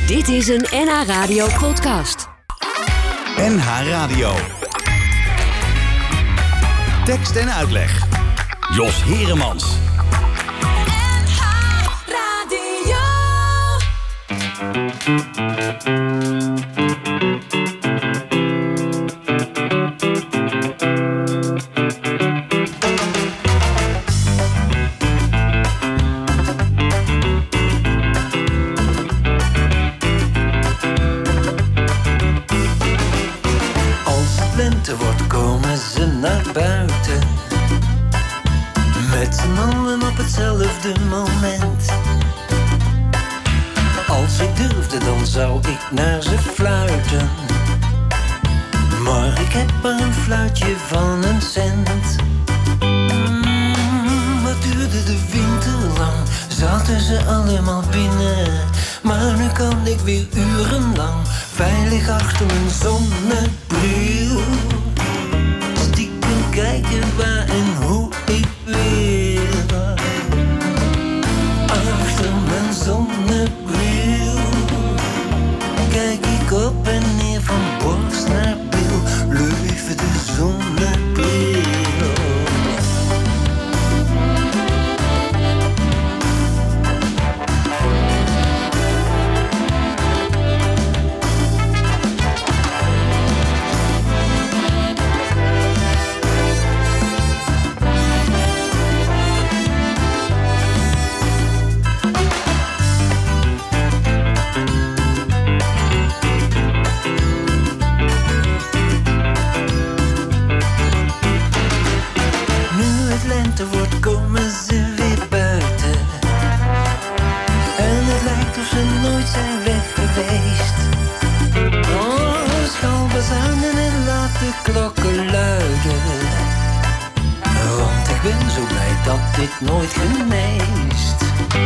Dit is een NH Radio podcast. NH Radio. Tekst en uitleg. Jos Heremans. NH Radio. Wordt komen ze naar buiten, met z'n allen op hetzelfde moment. Als ik durfde, dan zou ik naar ze fluiten, maar ik heb maar een fluitje van een cent. Wat duurde de winter lang, zaten ze allemaal binnen, maar nu kan ik weer urenlang veilig achter mijn zonnebril stiekem kijken waar en hoe ik wil. Achter mijn zonnebril kijk ik op en neer van borst naar bil, leven de zonnebril. Wordt komen ze weer buiten, en het lijkt of ze nooit zijn weg geweest. Oh, schalbazuinen en laat de klokken luiden, want ik ben zo blij dat dit nooit geneest.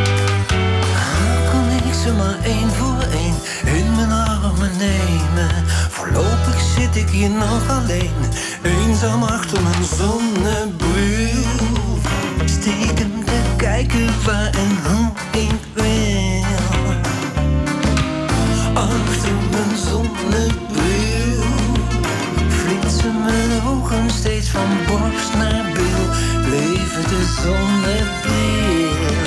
Kon ik ze maar één voor één in mijn armen nemen, voorlopig zit ik hier nog alleen, eenzaam achter mijn zonnebril, stiekem te kijken waar en hoe ik wil. Achter mijn zonnebril flitsen mijn ogen steeds van borst naar bil, leven de zonnebril.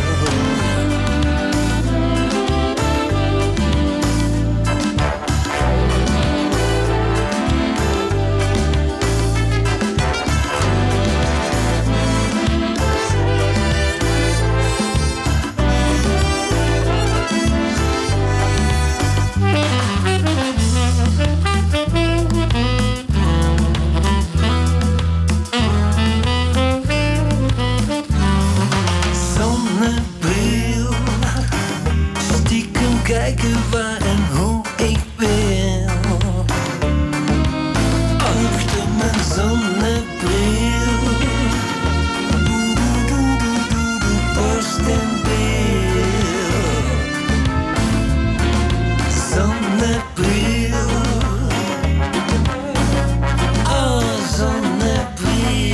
Kijken waar en hoe ik wil. Achter mijn zonnebril, borst en bil. Zonnebril, oh zonnebril.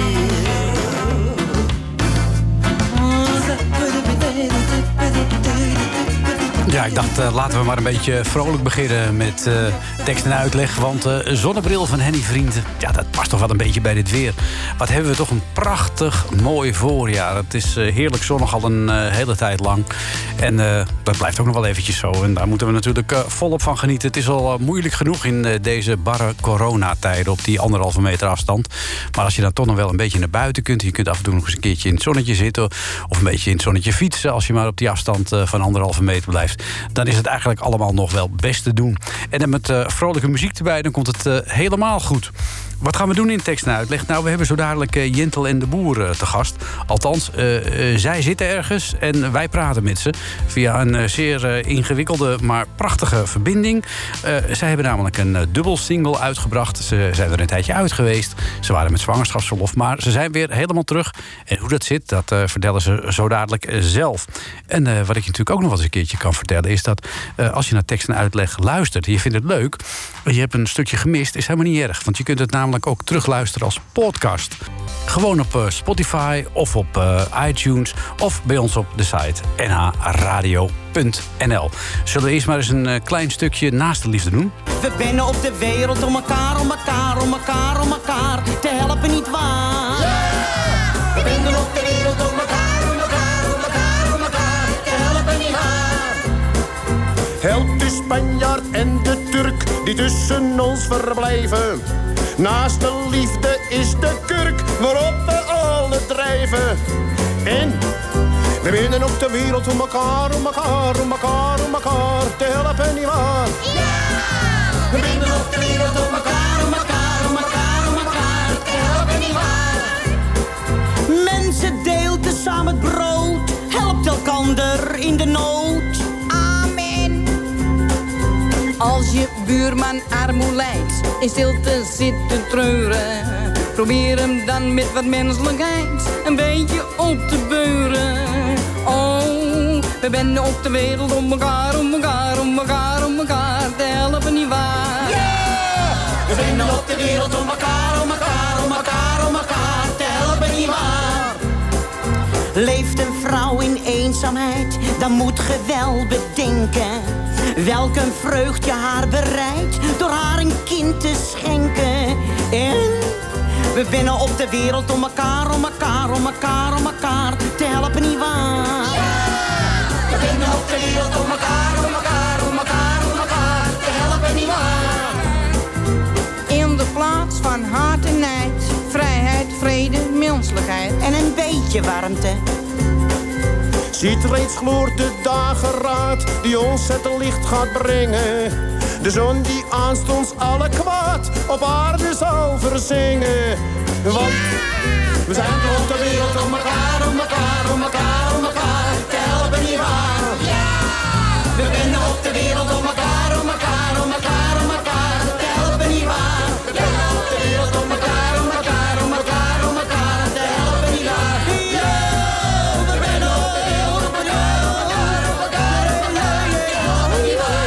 Ja, ik dacht, laten we maar een beetje vrolijk beginnen met tekst en uitleg. Want zonnebril van Henny Vriend, ja, dat past toch wel een beetje bij dit weer. Wat hebben we toch een prachtig mooi voorjaar. Het is heerlijk zonnig al een hele tijd lang. En dat blijft ook nog wel eventjes zo. En daar moeten we natuurlijk volop van genieten. Het is al moeilijk genoeg in deze barre coronatijden op die 1,5 meter afstand. Maar als je dan toch nog wel een beetje naar buiten kunt, je kunt af en toe nog eens een keertje in het zonnetje zitten, of een beetje in het zonnetje fietsen, als je maar op die afstand van 1,5 meter blijft, dan is het eigenlijk allemaal nog wel best te doen. En dan met vrolijke muziek erbij, dan komt het helemaal goed. Wat gaan we doen in tekst en uitleg? Nou, we hebben zo dadelijk Jentel en de Boer te gast. Althans, zij zitten ergens en wij praten met ze via een zeer ingewikkelde, maar prachtige verbinding. Zij hebben namelijk een dubbel single uitgebracht. Ze zijn er een tijdje uit geweest. Ze waren met zwangerschapsverlof, maar ze zijn weer helemaal terug. En hoe dat zit, dat vertellen ze zo dadelijk zelf. En wat ik je natuurlijk ook nog wel eens een keertje kan vertellen, is dat als je naar tekst en uitleg luistert en je vindt het leuk, en je hebt een stukje gemist, is helemaal niet erg. Want je kunt het namelijk dadelijk ook terugluisteren als podcast. Gewoon op Spotify of op iTunes of bij ons op de site nhradio.nl. Zullen we eerst maar eens een klein stukje Naast de Liefde doen? We binnen op de wereld om elkaar, om elkaar, om elkaar, om elkaar te helpen, niet waar? Yeah! We binnen op de wereld om elkaar, om elkaar, om elkaar, om elkaar te helpen, niet waar? Help de Spanjaard en de Turk die tussen ons verblijven. Naast de liefde is de kurk waarop we alle drijven. En we winnen op de wereld om elkaar, om elkaar, om elkaar, om elkaar te helpen, nietwaar? Ja! We winnen op de wereld om elkaar, om elkaar, om elkaar, om elkaar te helpen, nietwaar? Mensen deelt samen het brood, helpt elkander in de nood. Amen. Als je buurman armoe lijdt, in stilte zit te treuren, probeer hem dan met wat menselijkheid een beetje op te beuren. Oh, we zijn op de wereld om elkaar, om elkaar, om elkaar, om elkaar te helpen, nietwaar? Yeah! We zijn op de wereld om elkaar, om elkaar, om elkaar, om elkaar te helpen, nietwaar? Leeft een vrouw in eenzaamheid, dan moet ge wel bedenken welk een vreugd je haar bereidt door haar een kind te schenken. En we binnen op de wereld om elkaar, om elkaar, om elkaar, om elkaar te helpen, nietwaar? We binnen op de wereld om elkaar, om elkaar, om elkaar, om elkaar te helpen, nietwaar? In de plaats van haat en nijd, vrijheid, vrede, menselijkheid en een beetje warmte. Ziet reeds gloort de dageraad die ons het licht gaat brengen. De zon die aanstonds alle kwaad op aarde zal verzingen. Want we zijn op de wereld om elkaar, om elkaar, om elkaar, om elkaar te helpen, nietwaar? We binnen op de wereld om elkaar, om elkaar, om elkaar, om elkaar te helpen, nietwaar? We binnen op de wereld om elkaar, om elkaar, om elkaar, om elkaar te helpen, nietwaar? We binnen op de wereld om elkaar, om elkaar, om elkaar, om elkaar te helpen, nietwaar?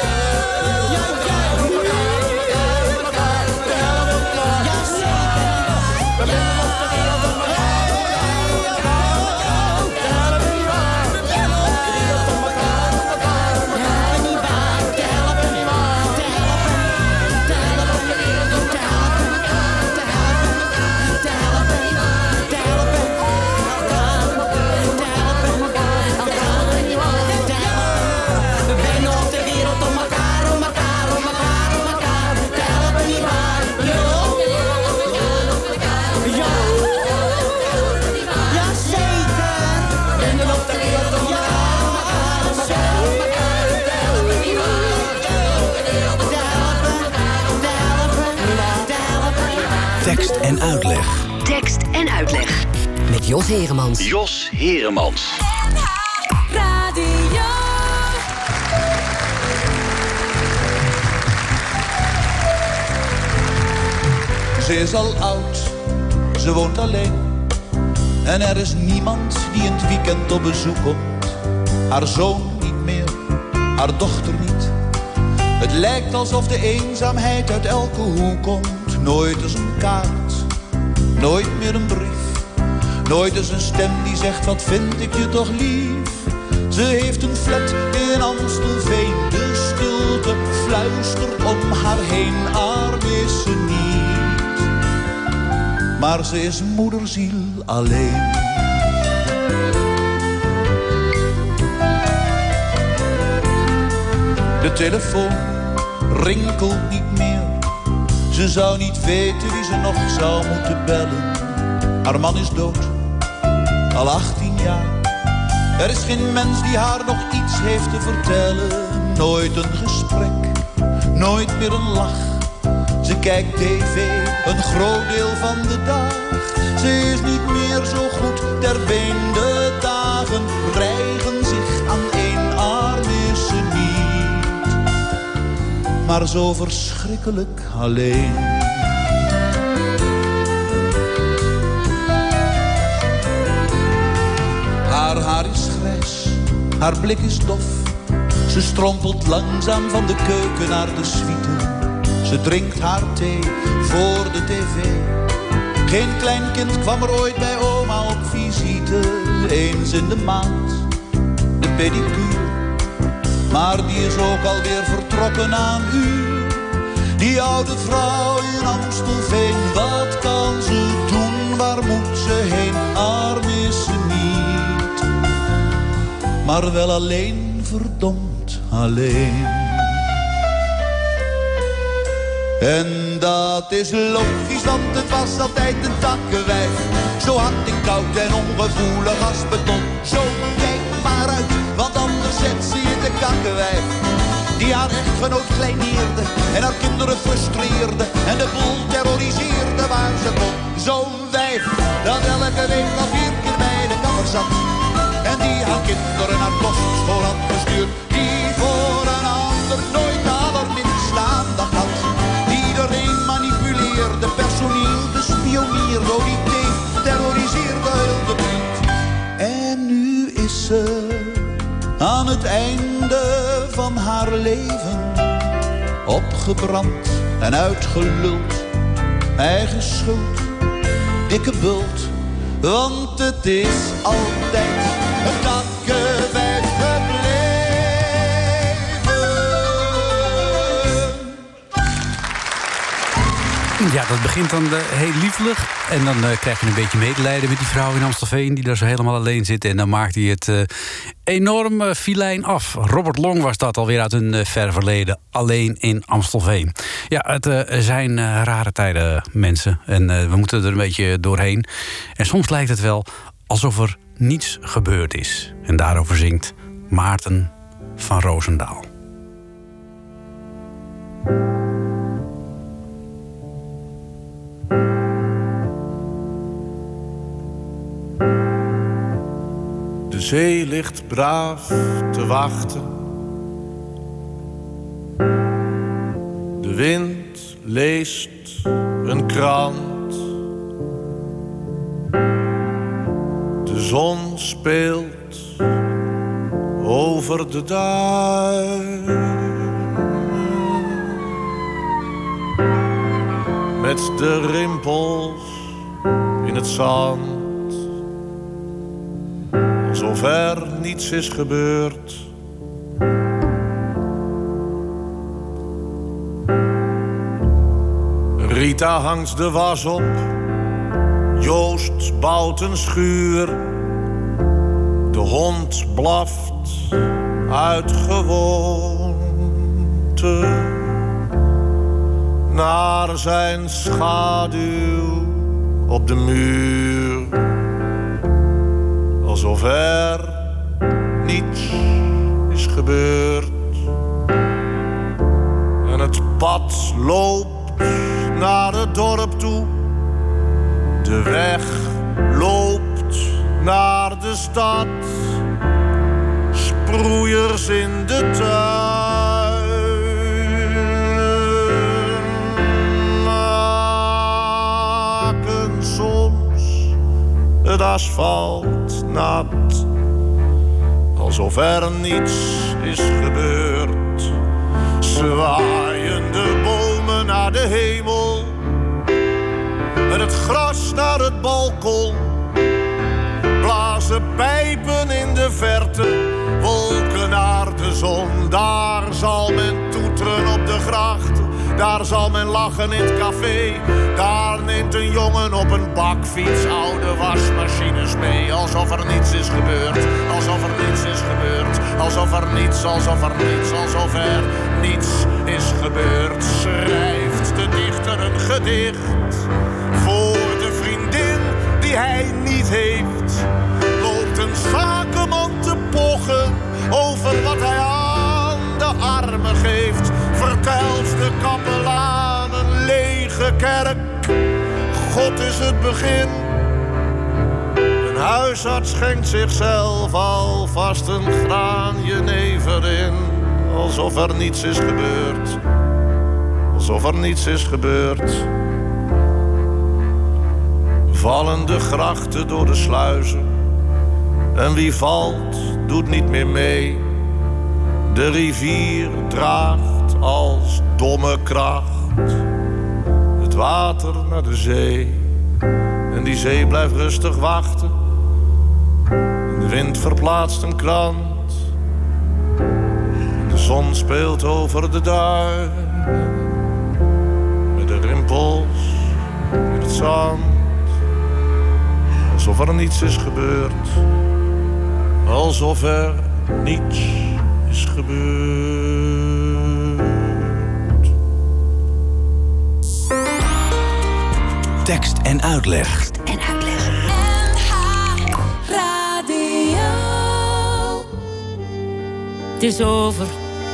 Tekst en uitleg. Tekst en uitleg. Met Jos Heremans. Jos Heremans. Radio. Ze is al oud, ze woont alleen. En er is niemand die in het weekend op bezoek komt. Haar zoon niet meer, haar dochter niet. Het lijkt alsof de eenzaamheid uit elke hoek komt. Nooit eens een kaart, nooit meer een brief. Nooit eens een stem die zegt, wat vind ik je toch lief. Ze heeft een flat in Amstelveen. De stilte fluistert om haar heen. Arm is ze niet, maar ze is moederziel alleen. De telefoon rinkelt niet meer. Ze zou niet weten wie ze nog zou moeten bellen. Haar man is dood, al 18 jaar. Er is geen mens die haar nog iets heeft te vertellen. Nooit een gesprek, nooit meer een lach. Ze kijkt tv een groot deel van de dag. Ze is niet meer zo goed ter been. De dagen rijgen zich aan één arm is ze niet, maar zo verschrikkelijk alleen. Haar haar is grijs, haar blik is dof. Ze strompelt langzaam van de keuken naar de suite. Ze drinkt haar thee voor de tv. Geen kleinkind kwam er ooit bij oma op visite. Eens in de maand, de pedicure. Maar die is ook alweer vertrokken aan uur. Die oude vrouw in Amstelveen, wat kan ze doen? Waar moet ze heen? Arm is ze niet. Maar wel alleen, verdomd alleen. En dat is logisch, want het was altijd een takkenwijf. Zo hard en koud en ongevoelig als beton. Zo kijk maar uit, want anders zet ze je de kakkenwijf. Die haar echtgenoot kleineerde en haar kinderen frustreerde. En de boel terroriseerde waar ze kon. Zo'n wijf, dat elke week al 4 keer bij de kapper zat. En die haar kinderen naar kostschool had gestuurd. Die voor een ander nooit de allerminste aandacht had. Iedereen manipuleerde, personeel bespioneerde. Oh, die teef terroriseerde heel de buurt. En nu is ze aan het einde van haar leven opgebrand en uitgeluld. Eigen schuld, dikke bult, want het is altijd een takkenwijf gebleven. Ja, dat begint dan heel liefelijk. En dan krijg je een beetje medelijden met die vrouw in Amstelveen die daar zo helemaal alleen zit. En dan maakt hij het enorm filijn af. Robert Long was dat alweer uit een ver verleden. Alleen in Amstelveen. Ja, het zijn rare tijden, mensen. En we moeten er een beetje doorheen. En soms lijkt het wel alsof er niets gebeurd is. En daarover zingt Maarten van Roosendaal. De zee ligt braaf te wachten. De wind leest een krant. De zon speelt over de duin. Met de rimpels in het zand. Alsof er niets is gebeurd. Rita hangt de was op. Joost bouwt een schuur. De hond blaft uit gewoonte naar zijn schaduw op de muur. Alsof er niets is gebeurd. En het pad loopt naar het dorp toe. De weg loopt naar de stad. Sproeiers in de tuin maken soms het asfalt nat. Alsof er niets is gebeurd. Zwaaien de bomen naar de hemel. En het gras naar het balkon. Blazen pijpen in de verte. Wolken naar de zon. Daar zal men toeteren op de gracht. Daar zal men lachen in het café. Daar neemt een jongen op een bakfiets oude wasmachines mee. Alsof er niets is gebeurd. Alsof er niets is gebeurd. Alsof er niets, alsof er niets, alsof er niets is gebeurd. Schrijft de dichter een gedicht voor de vriendin die hij niet heeft. Loopt een zakenman te pochen over wat hij aan de armen geeft. Vertelt de kapelaan een lege kerk. God is het begin. Een huisarts schenkt zichzelf alvast een graan jenever in. Alsof er niets is gebeurd. Alsof er niets is gebeurd. Vallen de grachten door de sluizen. En wie valt, doet niet meer mee. De rivier draagt als domme kracht het water naar de zee. En die zee blijft rustig wachten. En de wind verplaatst een krant. En de zon speelt over de duinen. Met de rimpels in het zand. Alsof er niets is gebeurd. Alsof er niets is gebeurd. Tekst en uitleg. Het is over.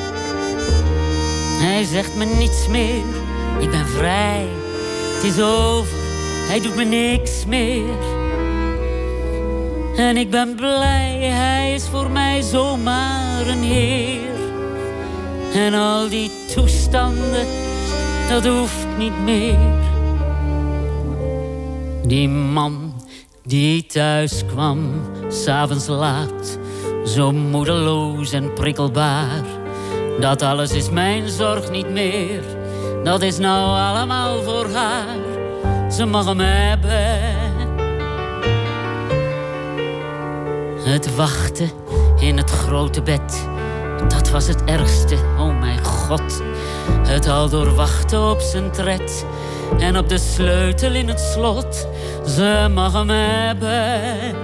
Hij zegt me niets meer. Ik ben vrij. Het is over. Hij doet me niks meer. En ik ben blij. Hij is voor mij zomaar een heer. En al die toestanden, dat hoeft niet meer. Die man die thuis kwam, 's avonds laat, zo moedeloos en prikkelbaar. Dat alles is mijn zorg niet meer. Dat is nou allemaal voor haar. Ze mag hem hebben. Het wachten in het grote bed, dat was het ergste, oh mijn god. Het al doorwachten op zijn tred en op de sleutel in het slot. Ze mag hem hebben.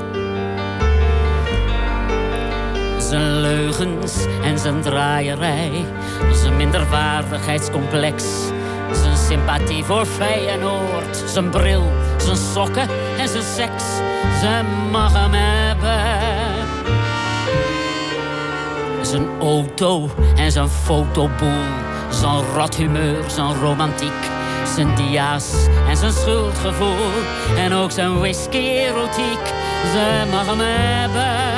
Zijn leugens en zijn draaierij, zijn minderwaardigheidscomplex, zijn sympathie voor Feyenoord, zijn bril, zijn sokken en zijn seks. Ze mag hem hebben. Zijn auto en zijn fotoboel, zijn rothumeur, zijn romantiek, zijn dia's en zijn schuldgevoel en ook zijn whisky-erotiek. Ze mag hem hebben.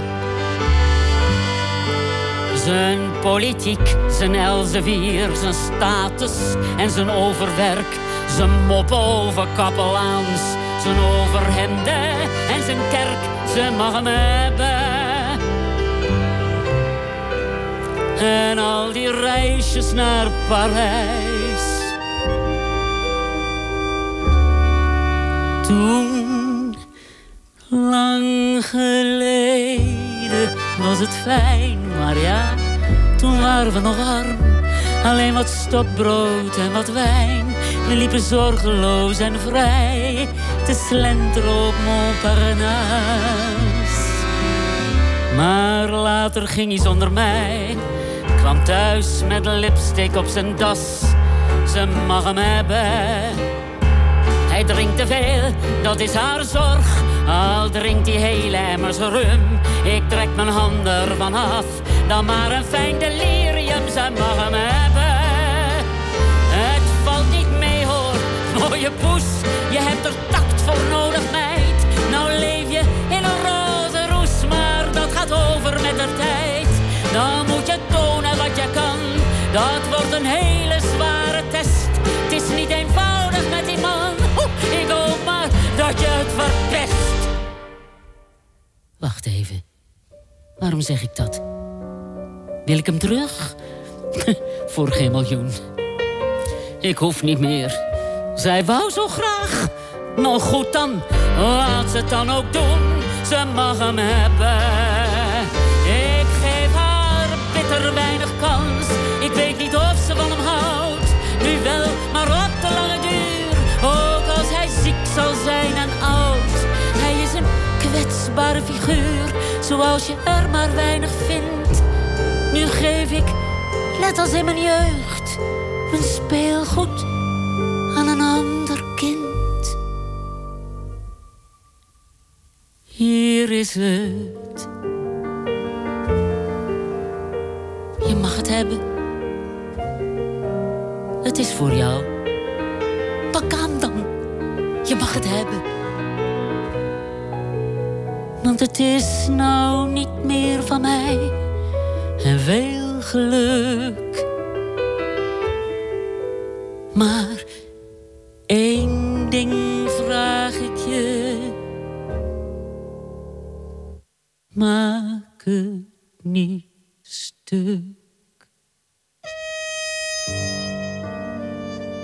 Zijn politiek, zijn Elsevier, zijn status en zijn overwerk, zijn moppen over kapelaans, zijn overhemden en zijn kerk. Ze mag hem hebben. En al die reisjes naar Parijs. Toen, lang geleden, was het fijn, maar ja, toen waren we nog arm. Alleen wat stokbrood en wat wijn. We liepen zorgeloos en vrij te slenteren op Montparnasse. Maar later ging hij zonder mij. Kwam thuis met lipstick op zijn das. Ze mag hem hebben. Hij drinkt te veel, dat is haar zorg. Al drinkt hij hele emmers rum. Ik trek mijn handen ervan af. Dan maar een fijn delirium, ze mag hem hebben. Het valt niet mee hoor, mooie poes. Je hebt er tact voor nodig meid. Nou leef je in een roze roes, maar dat gaat over met de tijd. Dan moet je tonen wat je kan. Dat wordt een hele zware test. Het is niet eenvoudig met die man. Ik hoop maar dat je het verpest. Wacht even. Waarom zeg ik dat? Wil ik hem terug? Voor geen miljoen. Ik hoef niet meer. Zij wou zo graag. Nou goed dan, laat ze het dan ook doen. Ze mag hem hebben. Ik geef haar bitter weinig kans. Ik weet niet of ze van hem houdt. Nu wel, maar op de lange duur. Ook als hij ziek zal zijn en oud. Hij is een kwetsbare figuur. Zoals je er maar weinig vindt. Nu geef ik, net als in mijn jeugd, mijn speelgoed aan een ander kind. Hier is het. Je mag het hebben. Het is voor jou. Pak aan dan. Je mag het hebben. Want het is nou niet meer van mij. En veel geluk. Maar één ding vraag ik je. Maak het niet stuk.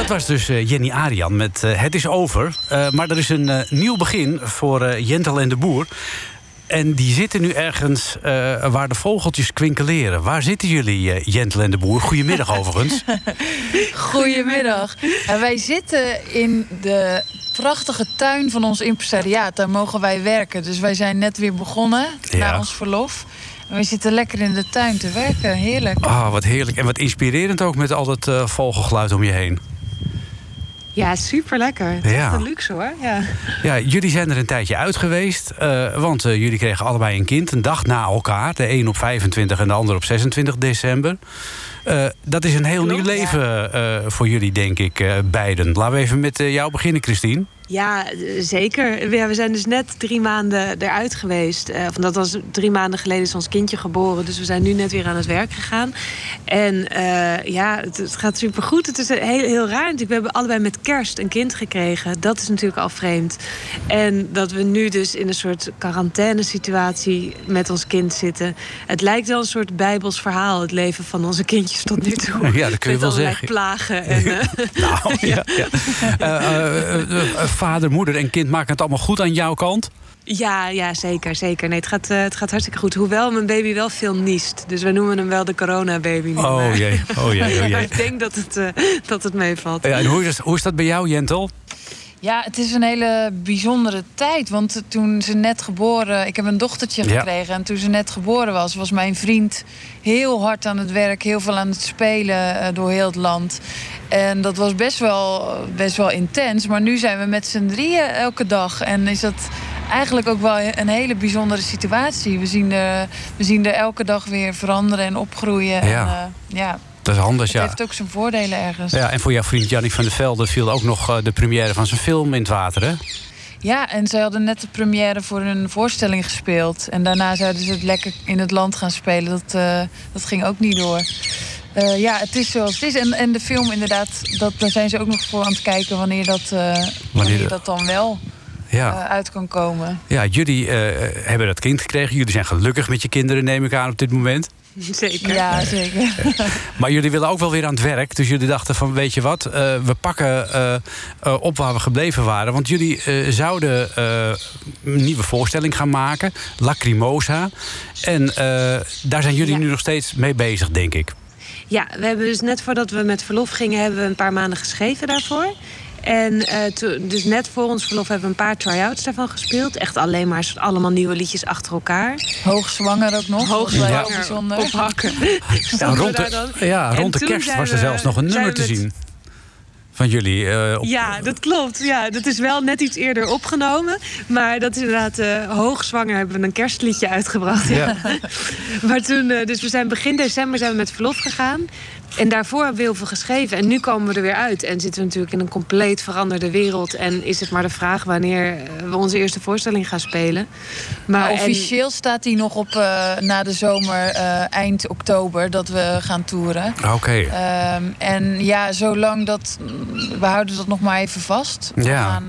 Dat was dus Jenny Arian met Het is over. Maar er is een nieuw begin voor Jentel en de Boer. En die zitten nu ergens waar de vogeltjes kwinkelen. Waar zitten jullie, Jentel en de Boer? Goedemiddag overigens. Goedemiddag. Wij zitten in de prachtige tuin van ons impresariaat. Daar mogen wij werken. Dus wij zijn net weer begonnen na ons verlof. En we zitten lekker in de tuin te werken. Heerlijk. Ah, wat heerlijk. En wat inspirerend ook met al dat vogelgeluid om je heen. Ja, super lekker. Het is echt een luxe hoor. Ja, jullie zijn er een tijdje uit geweest. Want jullie kregen allebei een kind. Een dag na elkaar. De een op 25 en de ander op 26 december. Dat is een heel nieuw leven voor jullie, denk ik, beiden. Laten we even met jou beginnen, Christine. Ja, zeker. We zijn dus net 3 maanden eruit geweest. Dat was 3 maanden geleden is ons kindje geboren. Dus we zijn nu net weer aan het werk gegaan. En het gaat supergoed. Het is heel raar natuurlijk. We hebben allebei met kerst een kind gekregen. Dat is natuurlijk al vreemd. En dat we nu dus in een soort quarantainesituatie met ons kind zitten. Het lijkt wel een soort bijbels verhaal, het leven van onze kindjes tot nu toe. Ja, dat kun je wel zeggen. Met plagen. En, vader, moeder en kind maken het allemaal goed aan jouw kant? Ja, zeker. Nee, het gaat hartstikke goed. Hoewel mijn baby wel veel niest. Dus we noemen hem wel de coronababy. Oh jee. Maar ik denk dat het meevalt. Ja, en hoe is dat bij jou, Jentel? Ja, het is een hele bijzondere tijd. Want toen ze net geboren... Ik heb een dochtertje gekregen. En toen ze net geboren was mijn vriend heel hard aan het werk. Heel veel aan het spelen door heel het land. En dat was best wel intens. Maar nu zijn we met z'n drieën elke dag. En is dat eigenlijk ook wel een hele bijzondere situatie. We zien er elke dag weer veranderen en opgroeien. Ja. En, dat is handig, het heeft ook zijn voordelen ergens. Ja, en voor jouw vriend Jannik van der Velde viel ook nog de première van zijn film in het water, hè? Ja, en zij hadden net de première voor een voorstelling gespeeld. En daarna zouden ze het lekker in het land gaan spelen. Dat ging ook niet door. Het is zoals het is. En de film inderdaad, daar zijn ze ook nog voor aan het kijken wanneer dat dan wel uit kan komen. Ja, jullie hebben dat kind gekregen. Jullie zijn gelukkig met je kinderen, neem ik aan, op dit moment. Zeker. Ja, zeker. Maar jullie willen ook wel weer aan het werk. Dus jullie dachten van, weet je wat, we pakken op waar we gebleven waren. Want jullie zouden een nieuwe voorstelling gaan maken. Lacrimosa. En daar zijn jullie nu nog steeds mee bezig, denk ik. Ja, we hebben dus net voordat we met verlof gingen, hebben we een paar maanden geschreven daarvoor. En dus net voor ons verlof hebben we een paar try-outs daarvan gespeeld. Echt alleen maar allemaal nieuwe liedjes achter elkaar. Hoogzwanger ook nog. Hoogzwanger, bijzonder. Ophakken. Rond de kerst was er zelfs nog een nummer te zien. Van jullie. Ja, dat klopt. Ja, dat is wel net iets eerder opgenomen. Maar dat is inderdaad hoogzwanger hebben we een kerstliedje uitgebracht. Ja. Maar toen, dus we zijn begin december zijn we met verlof gegaan. En daarvoor hebben we heel veel geschreven. En nu komen we er weer uit. En zitten we natuurlijk in een compleet veranderde wereld. En is het maar de vraag wanneer we onze eerste voorstelling gaan spelen. Maar officieel staat die nog op na de zomer, eind oktober, dat we gaan toeren. Oké. En ja, zolang dat... We houden dat nog maar even vast. We gaan...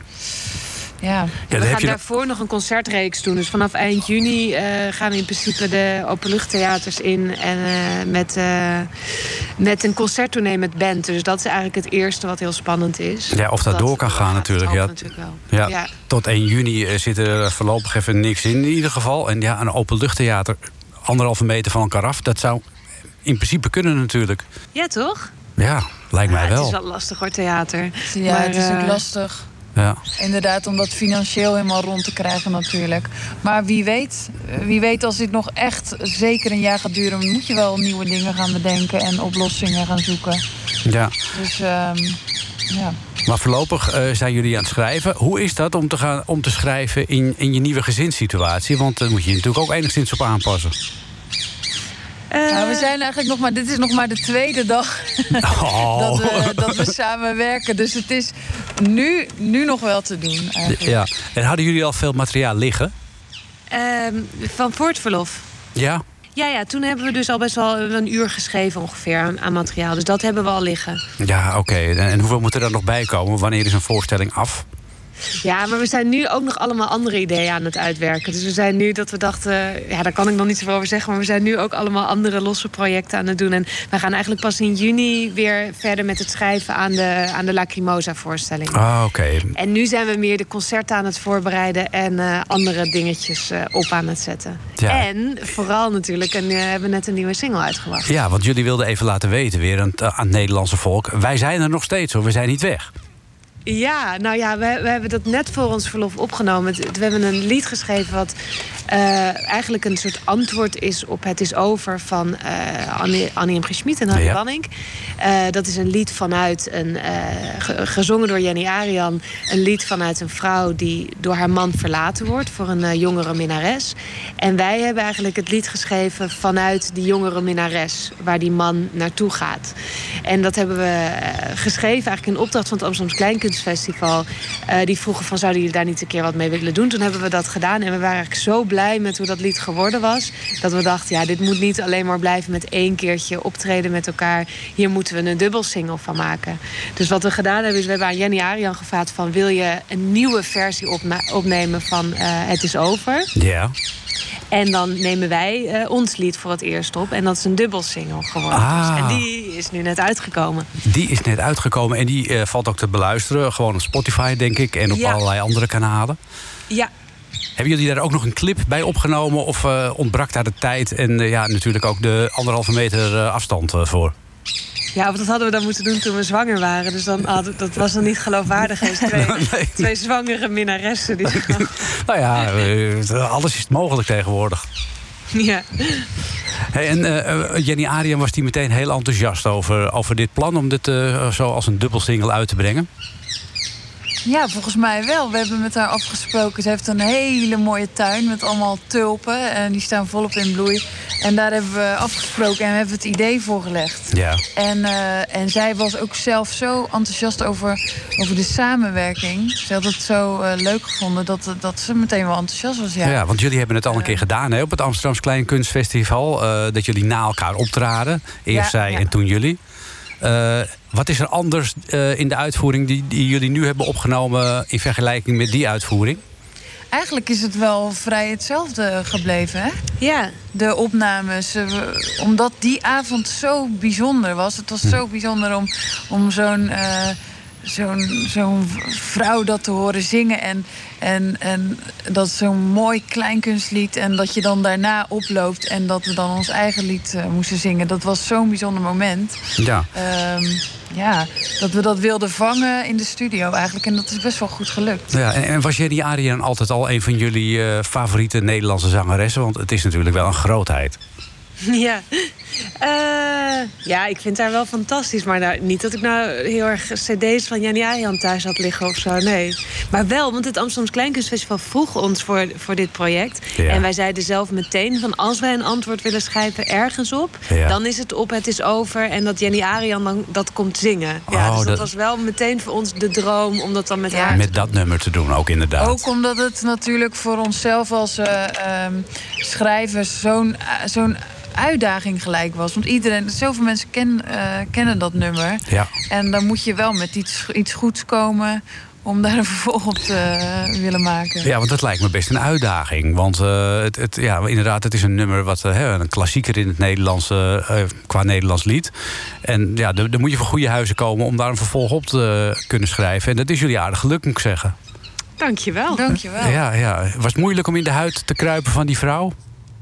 we gaan daarvoor nog een concertreeks doen. Dus vanaf eind juni gaan we in principe de openluchttheaters in. En met een concerttournee met band. Dus dat is eigenlijk het eerste wat heel spannend is. Ja, of dat door kan gaan natuurlijk. Ja. Natuurlijk wel. Ja. Tot 1 juni zit er voorlopig even niks in ieder geval. En ja, een openluchttheater 1,5 meter van elkaar af. Dat zou in principe kunnen natuurlijk. Ja, toch? Ja, lijkt mij wel. Het is wel lastig hoor, theater. Ja, maar, het is ook lastig. Ja. Inderdaad, om dat financieel helemaal rond te krijgen natuurlijk. Maar wie weet als dit nog echt zeker een jaar gaat duren, moet je wel nieuwe dingen gaan bedenken en oplossingen gaan zoeken. Ja. Dus Maar voorlopig zijn jullie aan het schrijven. Hoe is dat om te schrijven in je nieuwe gezinssituatie? Want daar moet je natuurlijk ook enigszins op aanpassen. We zijn eigenlijk dit is nog maar de tweede dag dat we samen werken. Dus het is nu nog wel te doen eigenlijk. Ja. En hadden jullie al veel materiaal liggen? Van voor het verlof? Ja. Ja, toen hebben we dus al best wel een uur geschreven ongeveer aan materiaal. Dus dat hebben we al liggen. Ja, oké. En hoeveel moet er dan nog bij komen? Wanneer is een voorstelling af? Ja, maar we zijn nu ook nog allemaal andere ideeën aan het uitwerken. Dus we zijn nu dat we dachten... Ja, daar kan ik nog niet zoveel over zeggen... maar we zijn nu ook allemaal andere losse projecten aan het doen. En we gaan eigenlijk pas in juni weer verder met het schrijven... aan de Lacrimosa-voorstelling. Oké. En nu zijn we meer de concerten aan het voorbereiden... en andere dingetjes op aan het zetten. Ja. En vooral natuurlijk, en nu hebben we net een nieuwe single uitgebracht. Ja, want jullie wilden even laten weten weer aan het Nederlandse volk... wij zijn er nog steeds, hoor. We zijn niet weg. Ja, nou ja, we hebben dat net voor ons verlof opgenomen. We hebben een lied geschreven wat eigenlijk een soort antwoord is op Het is over van Annie M. G. Schmid en Harry Banning. Dat is een lied vanuit gezongen door Jenny Arian. Een lied vanuit een vrouw die door haar man verlaten wordt voor een jongere minnares. En wij hebben eigenlijk het lied geschreven vanuit die jongere minnares, waar die man naartoe gaat. En dat hebben we geschreven eigenlijk in opdracht van het Amsterdamse Kleinkunstfestival. Die vroegen van, zouden jullie daar niet een keer wat mee willen doen? Toen hebben we dat gedaan en we waren eigenlijk zo blij met hoe dat lied geworden was, dat we dachten, ja, dit moet niet alleen maar blijven met 1 keertje optreden met elkaar. Hier moeten we een dubbelsingle van maken. Dus wat we gedaan hebben, is we hebben aan Jenny Arian gevraagd van, wil je een nieuwe versie opnemen van Het is over? Ja. En dan nemen wij ons lied voor het eerst op. En dat is een dubbelsingle geworden. Ah. En die is nu net uitgekomen. Die is net uitgekomen en die valt ook te beluisteren. Gewoon op Spotify, denk ik. En op allerlei andere kanalen. Ja. Hebben jullie daar ook nog een clip bij opgenomen? Of ontbrak daar de tijd en natuurlijk ook de 1,5 meter afstand voor? Ja, want dat hadden we dan moeten doen toen we zwanger waren. Dus dat was dan niet geloofwaardig. Twee zwangere minnaressen. Nou ja, alles is mogelijk tegenwoordig. Ja. Hey, en Jenny Arian was die meteen heel enthousiast over dit plan... om dit zo als een dubbelsingle uit te brengen? Ja, volgens mij wel. We hebben met haar afgesproken. Ze heeft een hele mooie tuin met allemaal tulpen. En die staan volop in bloei. En daar hebben we afgesproken en we hebben het idee voorgelegd. Ja. En zij was ook zelf zo enthousiast over de samenwerking. Ze had het zo leuk gevonden dat ze meteen wel enthousiast was. Ja, want jullie hebben het al een keer gedaan, hè, op het Amsterdamse Kleinkunstfestival. Dat jullie na elkaar optraden. Eerst zij en toen jullie. Wat is er anders in de uitvoering die jullie nu hebben opgenomen in vergelijking met die uitvoering? Eigenlijk is het wel vrij hetzelfde gebleven, hè? Ja. De opnames, omdat die avond zo bijzonder was. Het was zo bijzonder om zo'n vrouw dat te horen zingen. En dat is zo'n mooi kleinkunstlied. En dat je dan daarna oploopt en dat we dan ons eigen lied moesten zingen. Dat was zo'n bijzonder moment. Ja. Ja, dat we dat wilden vangen in de studio eigenlijk. En dat is best wel goed gelukt. Ja, en was Jenny Arian altijd al een van jullie favoriete Nederlandse zangeressen? Want het is natuurlijk wel een grootheid. Ja. Ja, ik vind haar wel fantastisch. Maar niet dat ik nou heel erg cd's van Jenny Arian thuis had liggen of zo. Nee. Maar wel, want het Amsterdamse Kleinkunstfestival vroeg ons voor dit project. Ja. En wij zeiden zelf meteen van, als wij een antwoord willen schrijven ergens op, dan is het op Het is over. En dat Jenny Arian dan dat komt zingen. Ja, dus dat was wel meteen voor ons de droom om dat dan met haar met dat nummer te doen, ook inderdaad. Ook omdat het natuurlijk voor onszelf als schrijvers zo'n uitdaging gelijk was. Want zoveel mensen kennen dat nummer. Ja. En dan moet je wel met iets goeds komen om daar een vervolg op te willen maken. Ja, want dat lijkt me best een uitdaging. Want inderdaad, het is een nummer wat een klassieker in het Nederlands, qua Nederlands lied. En ja, dan moet je voor goede huizen komen om daar een vervolg op te kunnen schrijven. En dat is jullie aardig gelukt, moet ik zeggen. Dankjewel. Dankjewel. Ja. Was het moeilijk om in de huid te kruipen van die vrouw?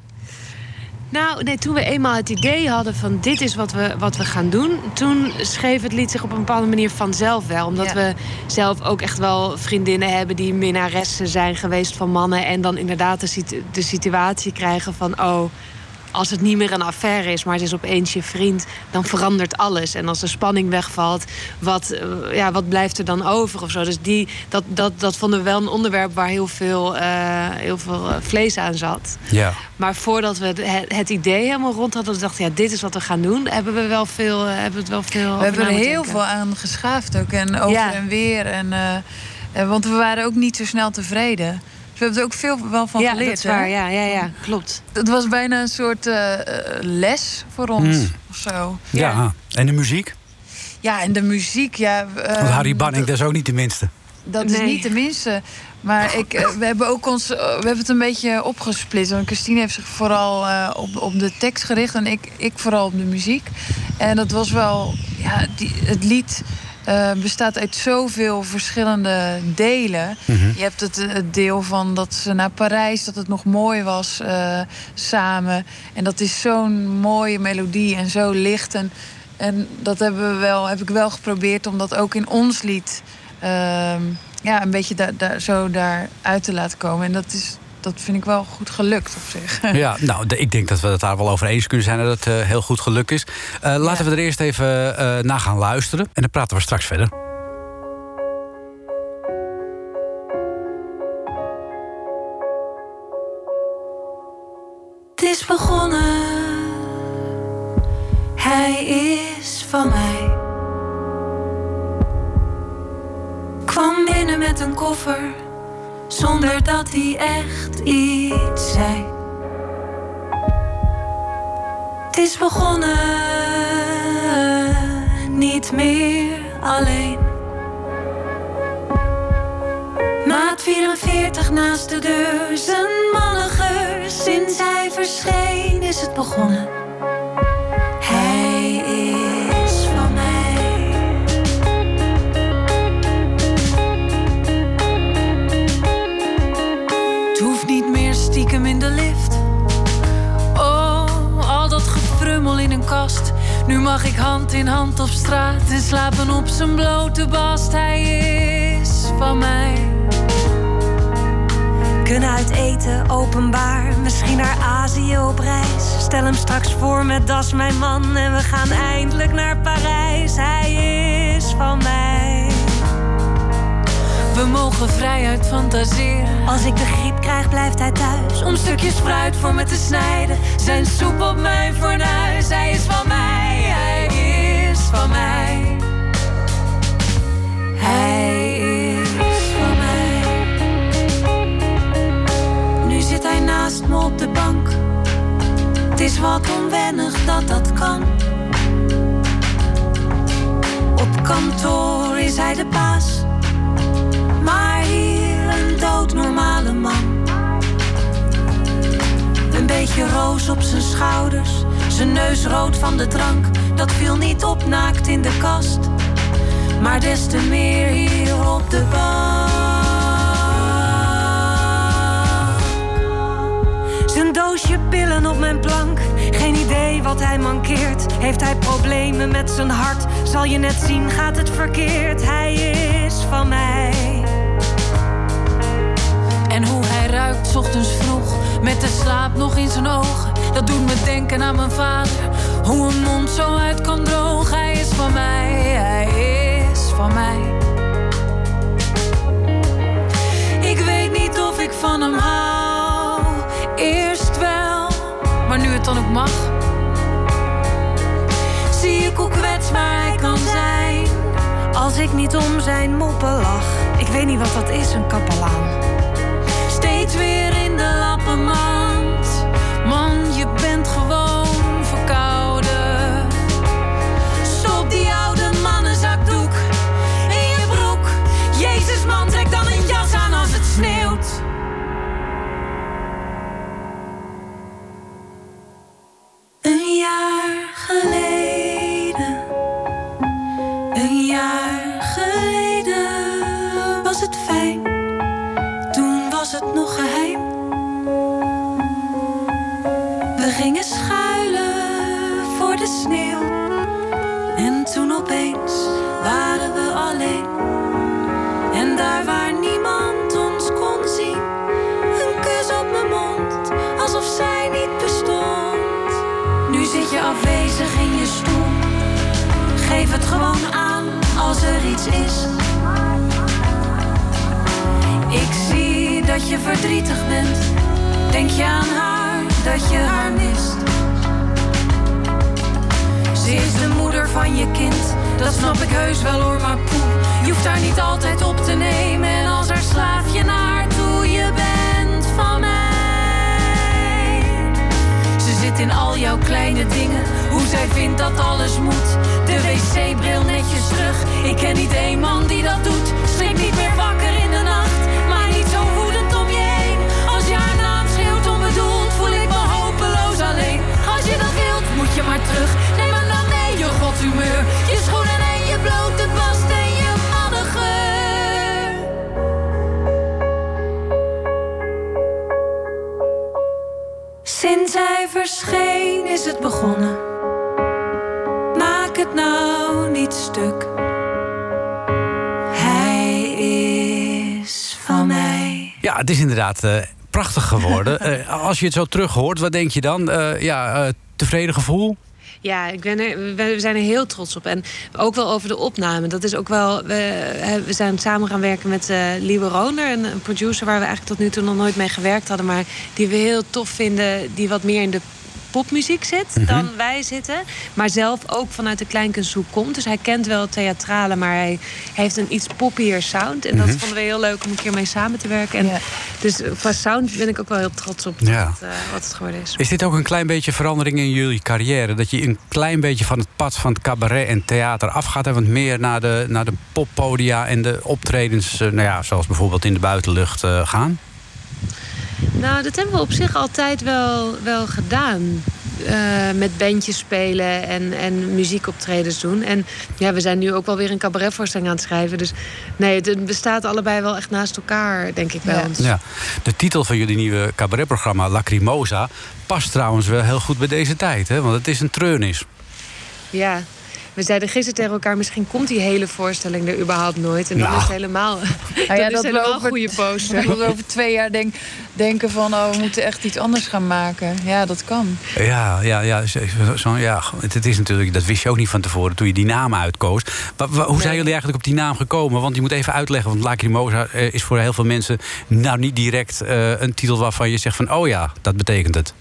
Nou, nee, toen we eenmaal het idee hadden van dit is wat we gaan doen, toen schreef het lied zich op een bepaalde manier vanzelf wel. Omdat we zelf ook echt wel vriendinnen hebben die minnaressen zijn geweest van mannen. En dan inderdaad de situatie krijgen van, als het niet meer een affaire is, maar het is opeens je vriend, dan verandert alles. En als de spanning wegvalt, wat blijft er dan over of zo? Dus dat vonden we wel een onderwerp waar heel veel vlees aan zat. Ja. Maar voordat we het idee helemaal rond hadden, dachten we, dit is wat we gaan doen, hebben we wel veel. We hebben er heel veel aan geschaafd ook en over en weer. Want we waren ook niet zo snel tevreden. We hebben er ook veel wel van geleerd. Dat is waar. Ja, klopt. Het was bijna een soort les voor ons of zo. Ja, en de muziek? Ja, en de muziek, Want Harry Banning, dat is ook niet de minste. dat is niet de minste. Maar we hebben het een beetje opgesplitst. Want Christine heeft zich vooral op de tekst gericht en ik vooral op de muziek. En dat was wel... Ja, het lied bestaat uit zoveel verschillende delen. Mm-hmm. Je hebt het deel van dat ze naar Parijs, dat het nog mooi was samen. En dat is zo'n mooie melodie en zo licht. En dat heb ik wel geprobeerd om dat ook in ons lied... een beetje daar uit te laten komen. En dat vind ik wel goed gelukt op zich. Ja, nou, ik denk dat we het daar wel over eens kunnen zijn dat het heel goed gelukt is. Laten we er eerst even naar gaan luisteren. En dan praten we straks verder. Het is begonnen. Hij is van mij. Kwam binnen met een koffer, zonder dat hij echt iets zei. Het is begonnen, niet meer alleen. Maat 44 naast de deur, zijn mannengeur. Sinds hij verscheen is het begonnen. Hij is van mij. Het hoeft niet meer stiekem in de lift. Oh, al dat gefrummel in een kast. Nu mag ik hand in hand op straat en slapen op zijn blote bast. Hij is van mij. Kunnen uit eten, openbaar, misschien naar Azië op reis. Stel hem straks voor met Das mijn man en we gaan eindelijk naar Parijs. Hij is van mij. We mogen vrijuit fantaseren. Als ik de griep krijg, blijft hij thuis om stukjes fruit voor me te snijden. Zijn soep op mijn fornuis. Hij is van mij, hij is van mij. Hij is van mij. Nu zit hij naast me op de bank. Het is wat onwennig dat dat kan. Op kantoor is hij de baas, maar hier een doodnormale man. Een beetje roos op zijn schouders, zijn neus rood van de drank. Dat viel niet op naakt in de kast, maar des te meer hier op de bank. Zijn doosje pillen op mijn plank. Geen idee wat hij mankeert. Heeft hij problemen met zijn hart? Zal je net zien, gaat het verkeerd. Hij is van mij. En hoe hij ruikt 's ochtends vroeg, met de slaap nog in zijn ogen. Dat doet me denken aan mijn vader. Hoe een mond zo uit kan drogen. Hij is van mij, hij is van mij. Ik weet niet of ik van hem hou. Eerst wel, maar nu het dan ook mag. Zie ik hoe kwetsbaar hij kan zijn. Als ik niet om zijn moppen lach. Ik weet niet wat dat is, een kapelaan. Steeds weer in de lappenmand. Man, je bent gewoon verkouden. Stop die oude mannenzakdoek in je broek. Jezus man, trek dan een jas aan als het sneeuwt. Een jaar geleden was het fijn. Toen was het nog geheim. We gingen schuilen voor de sneeuw. En toen opeens waren we alleen. En daar waar niemand ons kon zien, een kus op mijn mond, alsof zij niet bestond. Nu zit je afwezig in je stoel. Geef het gewoon aan als er iets is. Ik zie dat je verdrietig bent. Denk je aan haar, dat je haar mist. Ze is de moeder van je kind. Dat snap ik heus wel hoor, maar poeh. Je hoeft haar niet altijd op te nemen. En als haar slaaf je naar haar toe. Je bent van mij. Ze zit in al jouw kleine dingen. Hoe zij vindt dat alles moet. De wc-bril netjes terug. Ik ken niet één man die dat doet. Schrik niet meer wakker. verscheen is het begonnen. Maak het nou niet stuk. Hij is van mij. Ja, het is inderdaad prachtig geworden. Als je het zo terug hoort, wat denk je dan? Tevreden gevoel? Ja, we zijn er heel trots op. En ook wel over de opname. Dat is ook wel. We zijn samen gaan werken met Liewe Roner, een producer waar we eigenlijk tot nu toe nog nooit mee gewerkt hadden, maar die we heel tof vinden, die wat meer in de popmuziek zit dan wij zitten. Maar zelf ook vanuit de kleinkunsthoek komt. Dus hij kent wel het theatrale, maar hij heeft een iets poppier sound. En dat vonden we heel leuk om een keer mee samen te werken. En dus qua sound ben ik ook wel heel trots op wat het geworden is. Is dit ook een klein beetje verandering in jullie carrière? Dat je een klein beetje van het pad van het cabaret en theater afgaat en wat meer naar de poppodia en de optredens, zoals bijvoorbeeld in de buitenlucht gaan? Nou, dat hebben we op zich altijd wel gedaan. Met bandjes spelen en muziekoptredens doen. En ja, we zijn nu ook wel weer een cabaretvoorstelling aan het schrijven. Dus nee, het bestaat allebei wel echt naast elkaar, denk ik bij ons. Ja. De titel van jullie nieuwe cabaretprogramma, Lacrimosa, past trouwens wel heel goed bij deze tijd, hè? Want het is een treurnis. Ja. We zeiden gisteren tegen elkaar, misschien komt die hele voorstelling er überhaupt nooit. En dan is het helemaal, dat helemaal een goede poster. Dat we over 2 jaar denken van, we moeten echt iets anders gaan maken. Ja, dat kan. Ja. Het is natuurlijk, dat wist je ook niet van tevoren toen je die naam uitkoos. Hoe zijn jullie eigenlijk op die naam gekomen? Want je moet even uitleggen, want Lacrimosa is voor heel veel mensen nou niet direct een titel waarvan je zegt van, dat betekent het.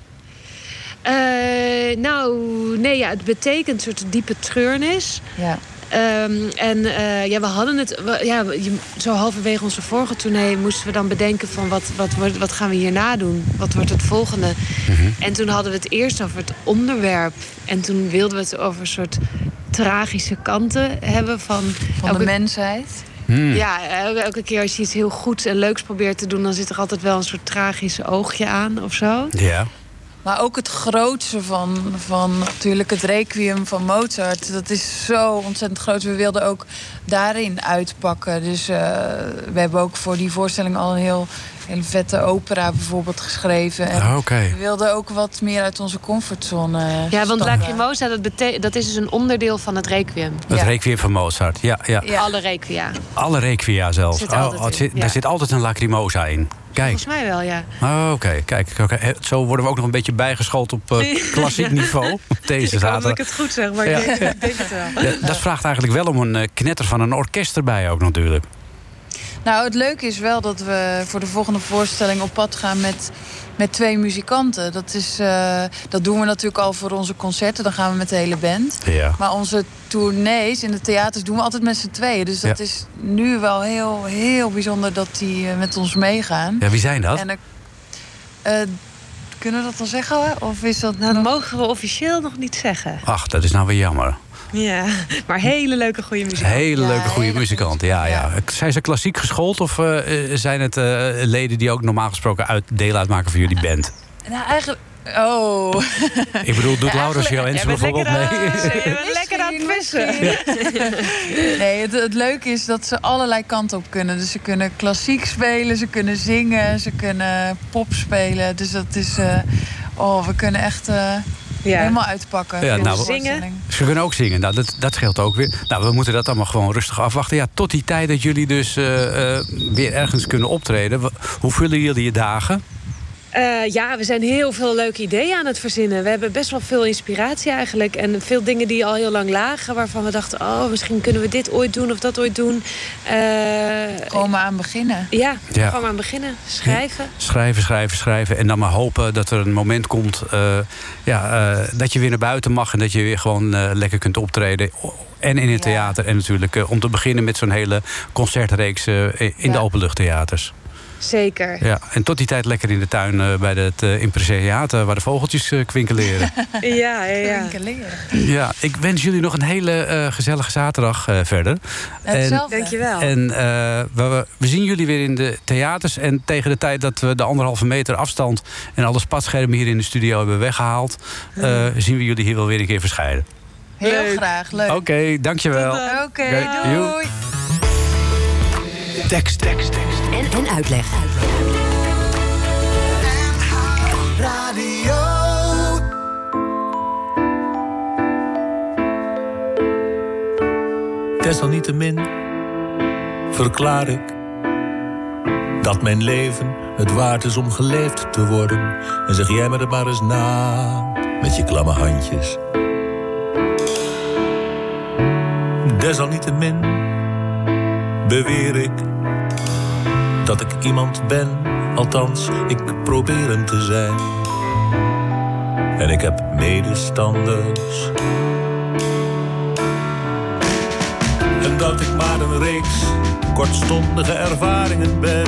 Het betekent een soort diepe treurnis. Ja. We hadden het. Zo halverwege onze vorige tournee moesten we dan bedenken van wat gaan we hierna doen? Wat wordt het volgende? En toen hadden we het eerst over het onderwerp. En toen wilden we het over een soort tragische kanten hebben van de mensheid. Ja, elke keer als je iets heel goeds en leuks probeert te doen, dan zit er altijd wel een soort tragische oogje aan of zo. Ja. Maar ook het grootste van natuurlijk het Requiem van Mozart. Dat is zo ontzettend groot. We wilden ook daarin uitpakken. Dus we hebben ook voor die voorstelling al een hele vette opera bijvoorbeeld geschreven. En we wilden ook wat meer uit onze comfortzone. Ja, want Lacrimosa, dat is dus een onderdeel van het Requiem. Het Requiem van Mozart, ja. Alle Requia. Alle Requia zelfs. Daar zit altijd een Lacrimosa in. Kijk. Volgens mij wel, ja. Oké. Kijk. Zo worden we ook nog een beetje bijgeschoold op klassiek niveau. Deze zaterdag. Ik hoop dat ik het goed zeg, maar ik denk het wel. Ja, dat vraagt eigenlijk wel om een knetter van een orkest erbij ook natuurlijk. Nou, het leuke is wel dat we voor de volgende voorstelling op pad gaan met 2 muzikanten. Dat doen we natuurlijk al voor onze concerten. Dan gaan we met de hele band. Ja. Maar onze tournees in de theaters doen we altijd met z'n tweeën. Dus dat is nu wel heel, heel bijzonder dat die met ons meegaan. Ja, wie zijn dat? Kunnen we dat al zeggen? Of is dat dat mogen we officieel nog niet zeggen. Ach, dat is nou weer jammer. Ja, maar hele leuke goede muzikanten. Hele leuke goede muzikanten, ja. Zijn ze klassiek geschoold of zijn het leden die ook normaal gesproken deel uitmaken van jullie band? Nou, eigenlijk... Oh. Ik bedoel, doet Laurens Johansen bijvoorbeeld mee? Je bent lekker aan het vissen. Nee, het leuke is dat ze allerlei kanten op kunnen. Dus ze kunnen klassiek spelen, ze kunnen zingen, ze kunnen pop spelen. Dus dat is... we kunnen echt... helemaal uitpakken. Ja, zingen. Ze kunnen ook zingen. Nou, dat scheelt ook weer. Nou, we moeten dat allemaal gewoon rustig afwachten. Ja, tot die tijd dat jullie dus weer ergens kunnen optreden. Hoe vullen jullie je dagen? We zijn heel veel leuke ideeën aan het verzinnen. We hebben best wel veel inspiratie eigenlijk. En veel dingen die al heel lang lagen. Waarvan we dachten, misschien kunnen we dit ooit doen of dat ooit doen. Gewoon maar aan beginnen. Ja, gewoon maar aan beginnen. Schrijven. Schrijven. En dan maar hopen dat er een moment komt dat je weer naar buiten mag. En dat je weer gewoon lekker kunt optreden. En in het theater. En natuurlijk om te beginnen met zo'n hele concertreeks in de openluchttheaters. Zeker. Ja, en tot die tijd lekker in de tuin bij het impresariaat waar de vogeltjes kwinkeleeren. Ja. Kwinkeleeren. Ja, ik wens jullie nog een hele gezellige zaterdag verder. Hetzelfde. Dankjewel. En we zien jullie weer in de theaters. En tegen de tijd dat we de 1,5 meter afstand en alle spatschermen hier in de studio hebben weggehaald, zien we jullie hier wel weer een keer verschijnen. Heel graag, leuk. Oké, dankjewel. Oké, doei. Tekst. En uitleg. Radio Desalniettemin verklaar ik dat mijn leven het waard is om geleefd te worden. En zeg jij me er maar eens na, met je klamme handjes. Desalniettemin beweer ik dat ik iemand ben, althans ik probeer hem te zijn. En ik heb medestanders. En dat ik maar een reeks kortstondige ervaringen ben.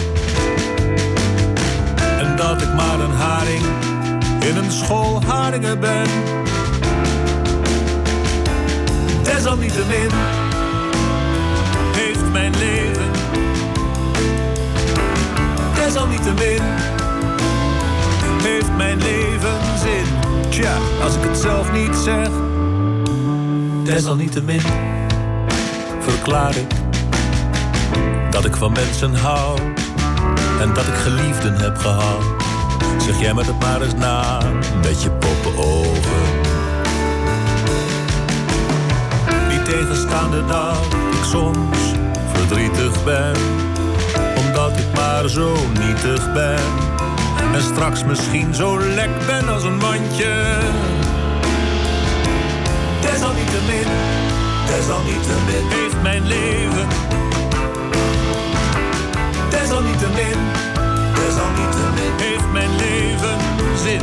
En dat ik maar een haring in een school haringen ben. Desalniettemin heeft mijn leven. Desalniettemin heeft mijn leven zin. Tja, als ik het zelf niet zeg. Desalniettemin verklaar ik dat ik van mensen hou en dat ik geliefden heb gehad. Zeg jij me dat maar eens na, met je poppenogen. Niet tegenstaande dat ik soms verdrietig ben, omdat ik maar zo nietig ben en straks misschien zo lek ben als een mandje. Desalniettemin, desalniettemin heeft mijn leven. Desalniettemin, desalniettemin heeft mijn leven zin.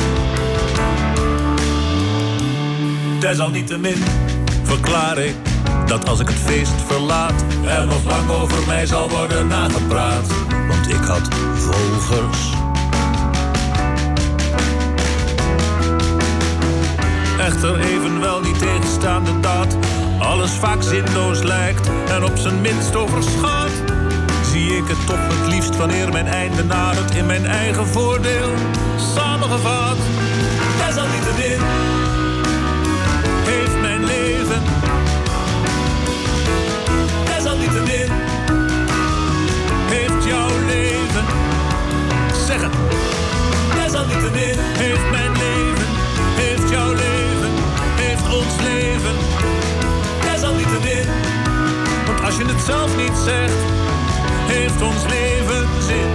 Desalniettemin verklaar ik dat als ik het feest verlaat, er nog lang over mij zal worden nagepraat. Want ik had volgers. Echter evenwel niet tegenstaande dat alles vaak zinloos lijkt en op zijn minst overschat, zie ik het toch het liefst wanneer mijn einde nadert in mijn eigen voordeel samengevat. Desalniettemin heeft mijn leven. Desalniettemin heeft jouw leven. Zeg het. Desalniettemin heeft mijn leven. Heeft jouw leven. Heeft ons leven. Desalniettemin. Want als je het zelf niet zegt, heeft ons leven zin.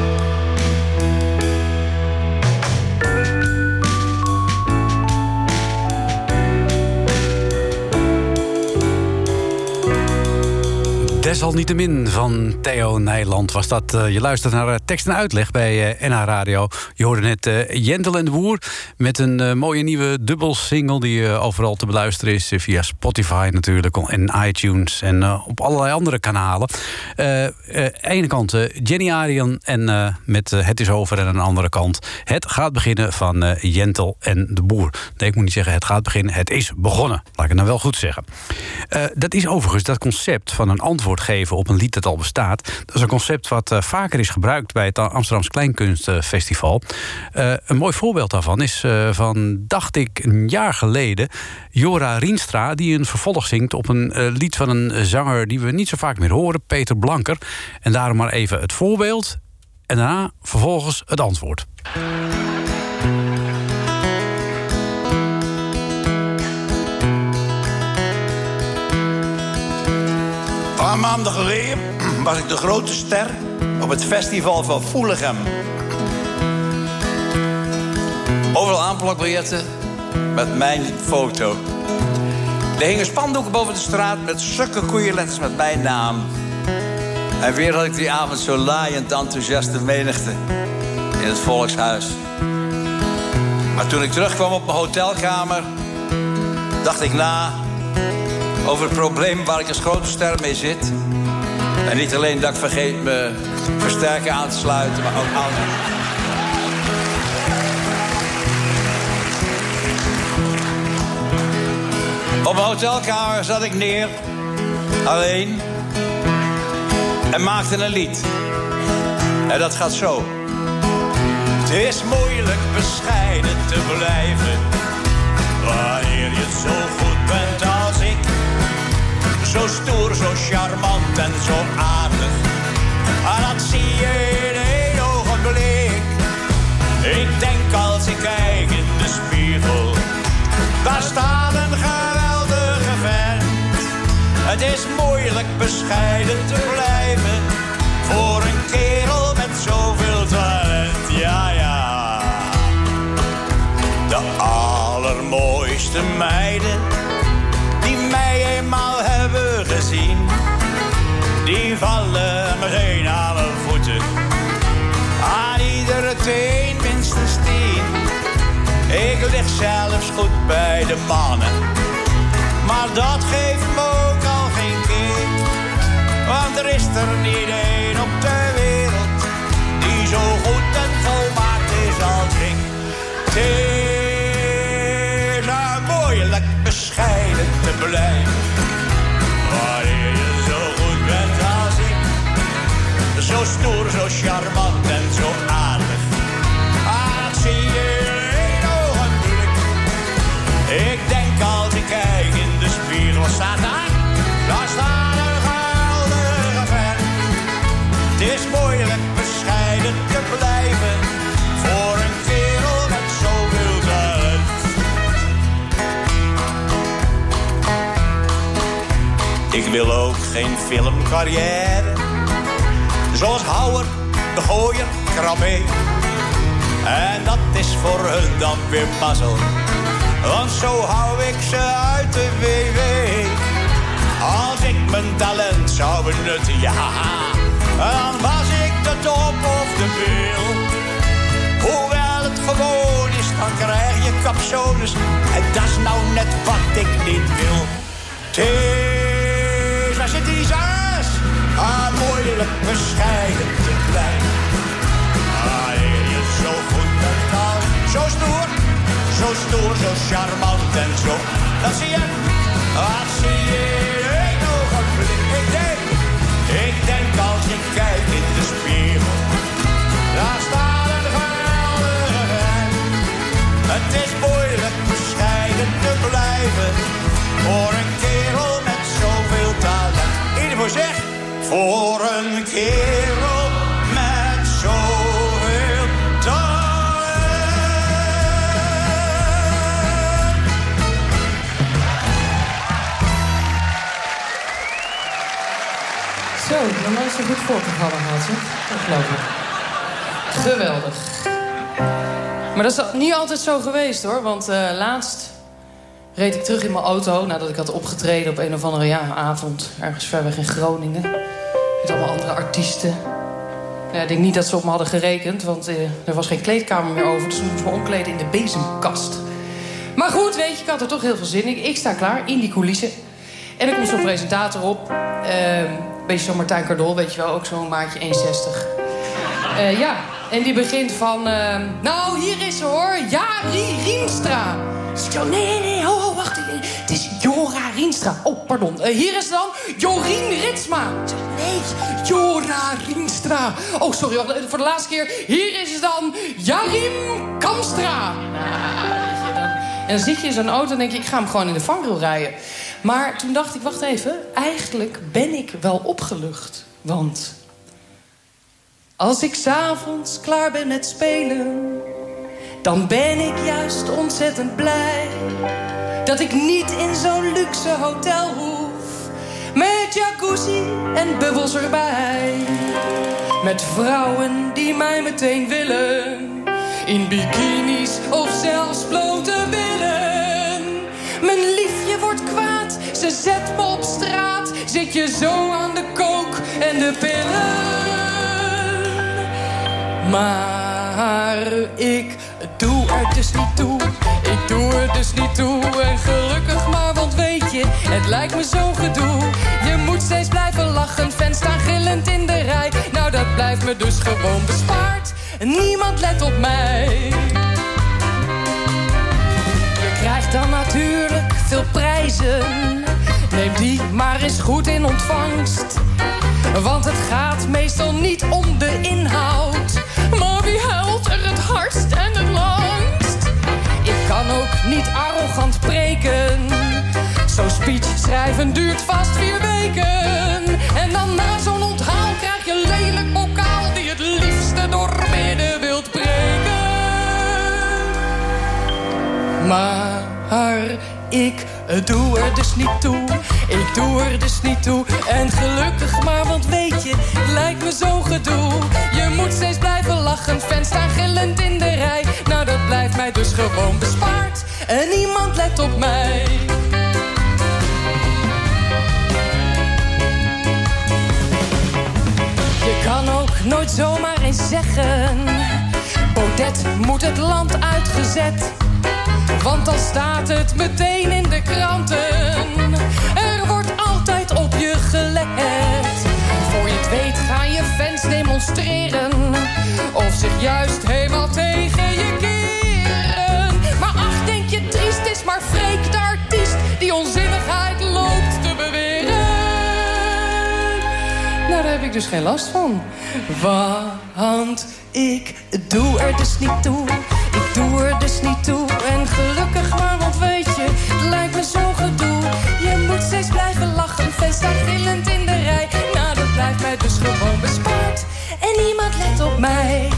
Desalniettemin van Theo Nijland was dat. Je luistert naar tekst en uitleg bij NH Radio. Je hoorde net Jentel en de Boer met een mooie nieuwe dubbelsingle die overal te beluisteren is via Spotify natuurlijk en iTunes en op allerlei andere kanalen. Ene kant Jenny Arian en met Het is over en aan de andere kant Het gaat beginnen van Jentel en de Boer. Nee, ik moet niet zeggen het gaat beginnen, het is begonnen. Laat ik het nou wel goed zeggen. Dat is overigens dat concept van een antwoord geven op een lied dat al bestaat. Dat is een concept wat vaker is gebruikt bij het Amsterdamse Kleinkunstfestival. Een mooi voorbeeld daarvan is van, dacht ik, een jaar geleden Jora Rienstra, die een vervolg zingt op een lied van een zanger die we niet zo vaak meer horen, Peter Blanker. En daarom maar even het voorbeeld en daarna vervolgens het antwoord. Een paar maanden geleden was ik de grote ster op het festival van Voelichem. Overal aanplakbiljetten met mijn foto. Er hingen spandoeken boven de straat met zulke koeienletters met mijn naam. En weer had ik die avond zo laaiend enthousiaste menigte in het Volkshuis. Maar toen ik terugkwam op mijn hotelkamer, dacht ik na over het probleem waar ik als grote ster mee zit. En niet alleen dat ik vergeet me versterker aan te sluiten, maar ook aan. Op mijn hotelkamer zat ik neer, alleen, en maakte een lied. En dat gaat zo. Het is moeilijk bescheiden te blijven wanneer je zo goed bent als ik. Zo stoer, zo charmant en zo aardig. En dat zie je in één ogenblik. Ik denk als ik kijk in de spiegel, daar staat een geweldige vent. Het is moeilijk bescheiden te blijven voor een kerel met zoveel talent. Ja, ja. De allermooiste meiden die mij eenmaal hebben gezien, die vallen meteen aan mijn voeten. Aan iedere teen minstens 10. Ik lig zelfs goed bij de mannen, maar dat geeft me ook al geen keer. Want er is er niet één op de wereld die zo goed en volmaakt is als ik. Het is moeilijk bescheiden te blijven wanneer je zo goed bent als ik. Zo stoer, zo charmant en zo aardig. Ik zie je één ogenblik. Ik denk als ik kijk in de spiegel, staat daar staat een geweldige vent. Het is moeilijk bescheiden te blijven voor een kerel met zoveel talent. Ik wil ook geen filmcarrière zoals Houwer, De Gooier, Krabbe. En dat is voor hun dan weer mazzel, want zo hou ik ze uit de WW. Als ik mijn talent zou benutten, ja, dan was ik de top of de bil. Hoewel het gewoon is, dan krijg je capsones. En dat is nou net wat ik niet wil. Waar zit die zaas? Moeilijk bescheiden te blijven. Je zo goed bent al, zo stoer, zo charmant en zo. Dat zie je, wat zie je één ogenblik. Ik denk als ik kijk in de spiegel, daar staat een geweldige vent. Het is moeilijk bescheiden te blijven voor een kerel met zoveel talent. Ieder voor zich. Voor een kerel met zoveel talent. Zo, dan is het goed voorprogramma gehad, hè? Ongelooflijk. Geweldig. Maar dat is niet altijd zo geweest, hoor. Want laatst reed ik terug in mijn auto nadat ik had opgetreden op een of andere avond ergens ver weg in Groningen. Met allemaal andere artiesten. Ja, ik denk niet dat ze op me hadden gerekend, want er was geen kleedkamer meer over. Dus we moesten me omkleden in de bezemkast. Maar goed, weet je, ik had er toch heel veel zin in. Ik sta klaar in die coulissen. En er komt zo'n presentator op. Beetje zo'n Martijn Cardol, weet je wel, ook zo'n maatje 1,60. Ja, en die begint van... nou, hier is ze hoor, Jari Rienstra. Zo, nee, ho, wacht. Het is Jora Rienstra. Oh, pardon. Hier is dan Jorien Ritsma. Nee, Jora Rienstra. Oh, sorry, wacht, voor de laatste keer. Hier is dan Jarim Kamstra. En dan zit je in zo'n auto en denk je, ik ga hem gewoon in de vangrail rijden. Maar toen dacht ik, wacht even. Eigenlijk ben ik wel opgelucht. Want als ik 's avonds klaar ben met spelen, dan ben ik juist ontzettend blij dat ik niet in zo'n luxe hotel hoef, met jacuzzi en bubbels erbij. Met vrouwen die mij meteen willen, in bikinis of zelfs blote billen. Mijn liefje wordt kwaad, ze zet me op straat. Zit je zo aan de kook en de pillen. Maar ik doe er dus niet toe. Ik doe er dus niet toe. En gelukkig maar, want weet je, het lijkt me zo gedoe. Je moet steeds blijven lachen, fans staan gillend in de rij. Nou, dat blijft me dus gewoon bespaard. Niemand let op mij. Je krijgt dan natuurlijk veel prijzen. Neem die maar eens goed in ontvangst. Want het gaat meestal niet om de inhoud, maar wie huilt er het hardst en het langst. Ik kan ook niet arrogant preken. Zo'n speech schrijven duurt vast 4 weken. En dan na zo'n onthaal krijg je lelijk bokaal die het liefste doormidden wilt breken. Maar ik doe er dus niet toe. Ik doe er dus niet toe. En gelukkig maar, want weet je, het lijkt me zo'n gedoe. Je moet steeds blijven lachen, fans staan gillend in de rij. Nou, dat blijft mij dus gewoon bespaard. En niemand let op mij. Je kan ook nooit zomaar eens zeggen: Baudet moet het land uitgezet. Want dan staat het meteen in de kranten. Er wordt altijd op je gelet. Voor je het weet gaan je fans demonstreren. Of zich juist helemaal tegen je keren. Maar ach, denk je triest, is maar Freek de artiest die onzinnigheid loopt te beweren. Nou, daar heb ik dus geen last van. Want ik doe er dus niet toe. Ik doe er dus niet toe. En gelukkig maar, want weet je, het lijkt me zo gedoe. Je moet steeds blijven lachen, fans staan gillend in de rij. Nou, dat blijft mij dus gewoon bespaard. En niemand let op mij.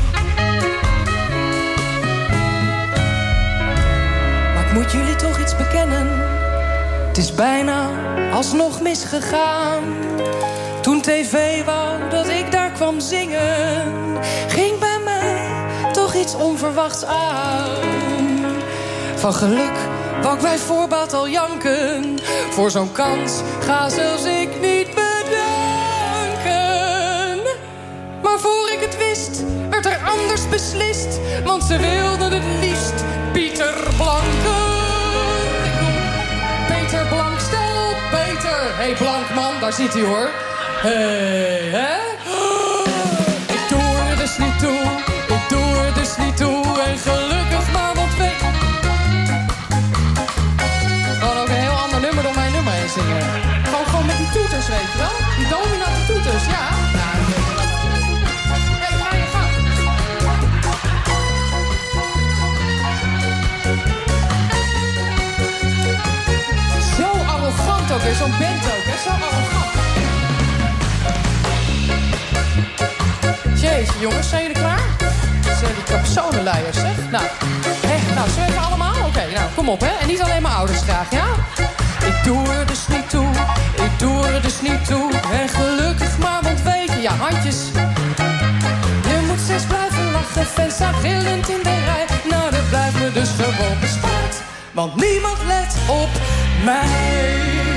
Maar ik moet jullie toch iets bekennen. Het is bijna alsnog misgegaan. Toen tv wou dat ik daar kwam zingen, ging bij mij toch iets onverwachts aan. Van geluk wou ik bij voorbaat al janken. Voor zo'n kans ga zelfs ik niet bedanken. Maar voor ik het wist, werd er anders beslist. Want ze wilden het liefst Pieter Blanke. Ik roep Peter Blank, stel Peter. Hey Blankman, daar zit hij hoor. Hey, hè? Ik doe er dus niet toe. Ik doe er dus niet toe. En gelukkig maar, want weet... Gewoon ook een heel ander nummer dan mijn nummer heen zingen. Gewoon met die toeters, weet je wel? Die dominante toeters, ja. Hey, ga je gang. Zo arrogant ook weer, zo'n band ook, hè? Zo arrogant. Jeetje, jongens, zijn jullie klaar? Zijn die capsonenleiers, zeg? Nou, zullen we even allemaal? Oké, nou, kom op, hè? En niet alleen maar ouders graag, ja? Ik doe er dus niet toe, ik doe er dus niet toe. En gelukkig maar, want weet je, ja, handjes. Je moet steeds blijven lachen, fans staan gillend in de rij. Nou, dat blijft me dus gewoon bespaard. Want niemand let op mij.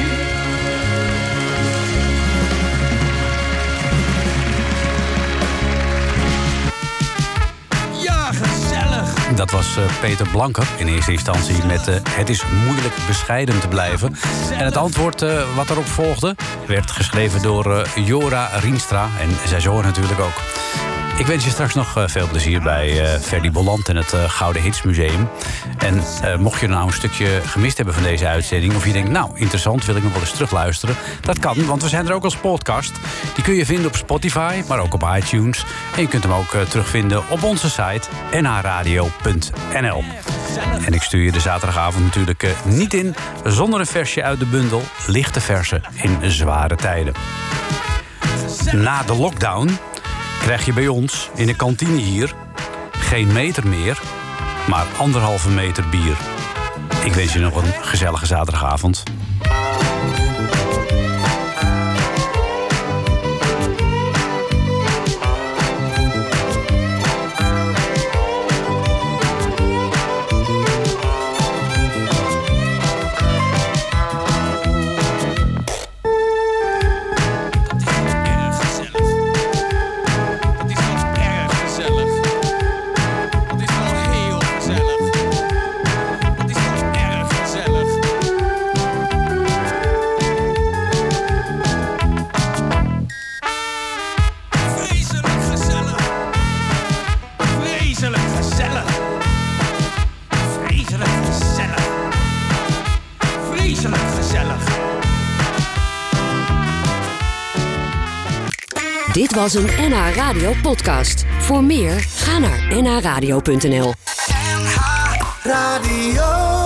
Dat was Peter Blanker in eerste instantie met Het is moeilijk bescheiden te blijven. En het antwoord wat erop volgde werd geschreven door Jora Rienstra. En zij zongen natuurlijk ook. Ik wens je straks nog veel plezier bij Ferdy Bolland en het Gouden Hits Museum. En mocht je nou een stukje gemist hebben van deze uitzending, of je denkt, nou, interessant, wil ik nog wel eens terugluisteren. Dat kan, want we zijn er ook als podcast. Die kun je vinden op Spotify, maar ook op iTunes. En je kunt hem ook terugvinden op onze site nhradio.nl. En ik stuur je de zaterdagavond natuurlijk niet in zonder een versje uit de bundel Lichte Versen in zware tijden. Na de lockdown krijg je bij ons in de kantine hier geen meter meer, maar 1,5 meter bier. Ik wens je nog een gezellige zaterdagavond. Dit was een NH Radio podcast. Voor meer, ga naar nhradio.nl. NH Radio.